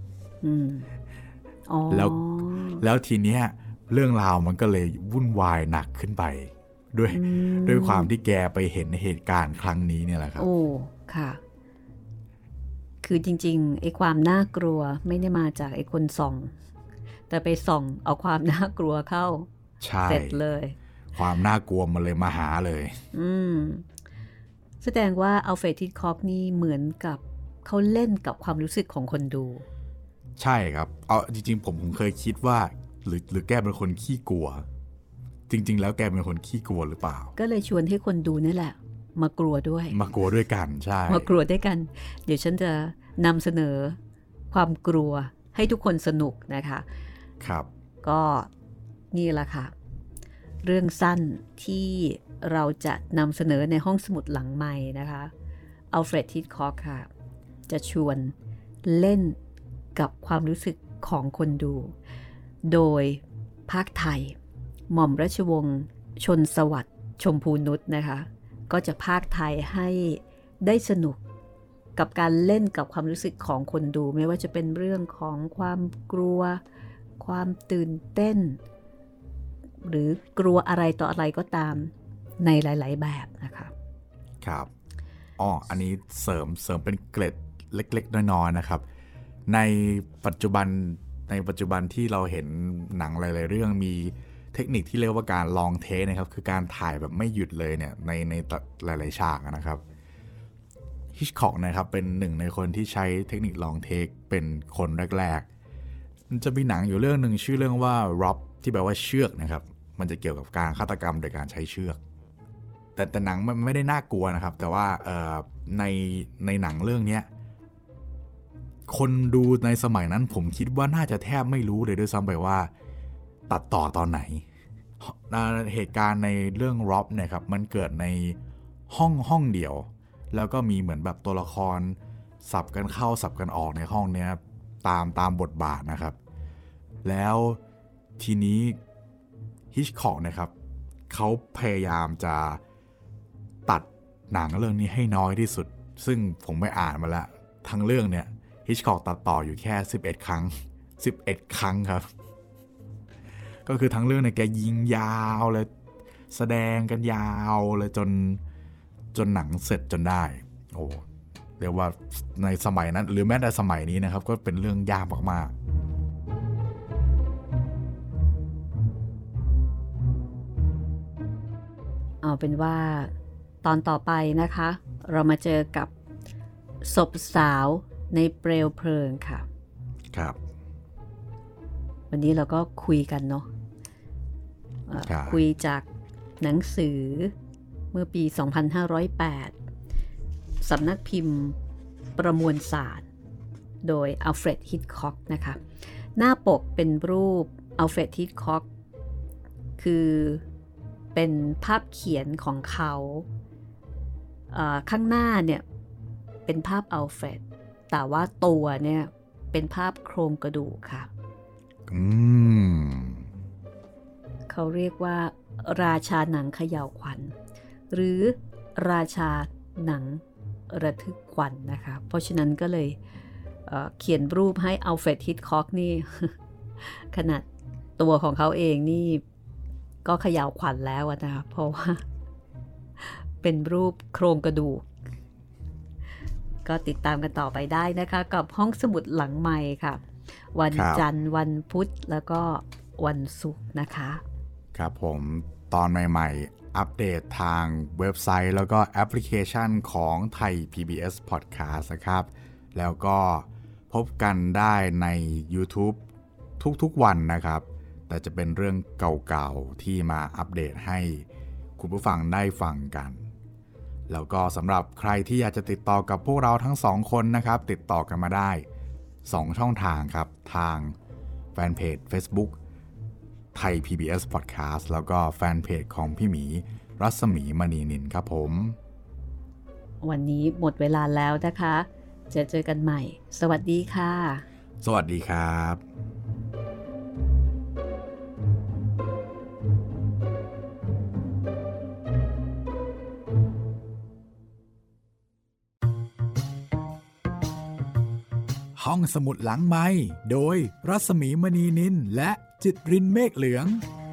S1: แล้วทีเนี้ยเรื่องราวมันก็เลยวุ่นวายหนักขึ้นไปด้วยความที่แกไปเห็นเหตุการณ์ครั้งนี้เนี่ยแหละครับ
S2: โอ้ค่ะคือจริงๆไอ้ความน่ากลัวไม่ได้มาจากไอ้คนส่องแต่ไปส่องเอาความน่ากลัวเข้าเสร็จเลย
S1: ความน่ากลัวมันเลยมาหาเลย
S2: แสดงว่าอัลเฟรด ฮิตช์ค็อกนี่เหมือนกับเขาเล่นกับความรู้สึกของคนดู
S1: ใช่ครับเอาจริงๆผมเคยคิดว่าหรือแกเป็นคนขี้กลัวจริงๆแล้วแกเป็นคนขี้กลัวหรือเปล่า
S2: ก็เลยชวนให้คนดูนี่แหละมากลัวด้วย
S1: กันใช่
S2: มากลัวด้วยกันเดี๋ยวฉันจะนำเสนอความกลัวให้ทุกคนสนุกนะคะ
S1: ครับ
S2: ก็นี่แหละค่ะเรื่องสั้นที่เราจะนำเสนอในห้องสมุดหลังใหม่นะคะอัลเฟรด ฮิตช์ค็อกค่ะจะชวนเล่นกับความรู้สึกของคนดูโดยภาคไทยหม่อมราชวงศ์ชนสวัสดิ์ชมพูนุชนะคะก็จะพากย์ไทยให้ได้สนุกกับการเล่นกับความรู้สึกของคนดูไม่ว่าจะเป็นเรื่องของความกลัวความตื่นเต้นหรือกลัวอะไรต่ออะไรก็ตามในหลายๆแบบนะคะ
S1: ครับอันนี้เสริมเป็นเกร็ดเล็กๆน้อยๆนะครับในปัจจุบันที่เราเห็นหนังหลายๆเรื่องมีเทคนิคที่เรียกว่าการลองเทคนะครับคือการถ่ายแบบไม่หยุดเลยเนี่ยในหลายๆฉากนะครับฮิตช์ค็อกนะครับเป็นหนึ่งในคนที่ใช้เทคนิคลองเทคเป็นคนแรกๆมันจะมีหนังอยู่เรื่องนึงชื่อเรื่องว่า Rob ที่แปลว่าเชือกนะครับมันจะเกี่ยวกับการฆาตกรรมโดยการใช้เชือกแต่หนังมันไม่ได้น่ากลัวนะครับแต่ว่าในหนังเรื่องนี้คนดูในสมัยนั้นผมคิดว่าน่าจะแทบไม่รู้เลยด้วยซ้ำไปว่าตัดต่อตอนไหนเหตุการณ์ในเรื่อง Rob เนี่ยครับมันเกิดในห้องเดียวแล้วก็มีเหมือนแบบตัวละครสับกันเข้าสับกันออกในห้องนี้ตามบทบาทนะครับแล้วทีนี้ฮิตช์ค็อกนะครับเขาพยายามจะตัดหนังเรื่องนี้ให้น้อยที่สุดซึ่งผมไปอ่านมาแล้วทั้งเรื่องเนี่ยฮิตช์ค็อกตัดต่ออยู่แค่11 ครั้งครับก็คือทั้งเรื่องเนี่ยแกยิงยาวเลยแสดงกันยาวเลยจนหนังเสร็จจนได้โอ้เรียกว่าในสมัยนั้นหรือแม้แต่สมัยนี้นะครับก็เป็นเรื่องยากมาก
S2: ๆเอาเป็นว่าตอนต่อไปนะคะเรามาเจอกับศพสาวในเปลวเพลิงค่ะ
S1: ครับ
S2: วันนี้เราก็คุยกันเนาะคุยจากหนังสือเมื่อปี 2508 สำนักพิมพ์ประมวลศาสตร์โดยอัลเฟรด ฮิตค็อกนะคะหน้าปกเป็นรูปอัลเฟรด ฮิตค็อกคือเป็นภาพเขียนของเขาข้างหน้าเนี่ยเป็นภาพอัลเฟรดแต่ว่าตัวเนี่ยเป็นภาพโครงกระดูกค่ะเขาเรียกว่าราชาหนังเขย่าขวัญหรือราชาหนังระทึกขวัญนะคะเพราะฉะนั้นก็เลยเขียนรูปให้อัลเฟรด ฮิตค็อกนี่ ขนาดตัวของเขาเองนี่ก็เขย่าขวัญแล้วนะคะเพราะว่าเป็นรูปโครงกระดูกก็ติดตามกันต่อไปได้นะคะกับห้องสมุดหลังไมค์ค่ะวันจันทร์วันพุธแล้วก็วันศุกร์นะคะ
S1: ครับผมตอนใหม่ๆอัปเดตทางเว็บไซต์แล้วก็แอปพลิเคชันของไทย PBS Podcast นะครับแล้วก็พบกันได้ใน YouTube ทุกๆวันนะครับแต่จะเป็นเรื่องเก่าๆที่มาอัปเดตให้คุณผู้ฟังได้ฟังกันแล้วก็สำหรับใครที่อยากจะติดต่อกับพวกเราทั้งสองคนนะครับติดต่อกันมาได้2ช่องทางครับทางแฟนเพจ Facebook ไทย PBS Podcast แล้วก็แฟนเพจของพี่หมีรัศมีมณีนินครับผม
S2: วันนี้หมดเวลาแล้วนะคะเจอกันใหม่สวัสดีค่ะ
S1: สวัสดีครับห้องสมุดหลังไมค์โดยรัศมีมณีนินและจิตรินเมฆเหลือง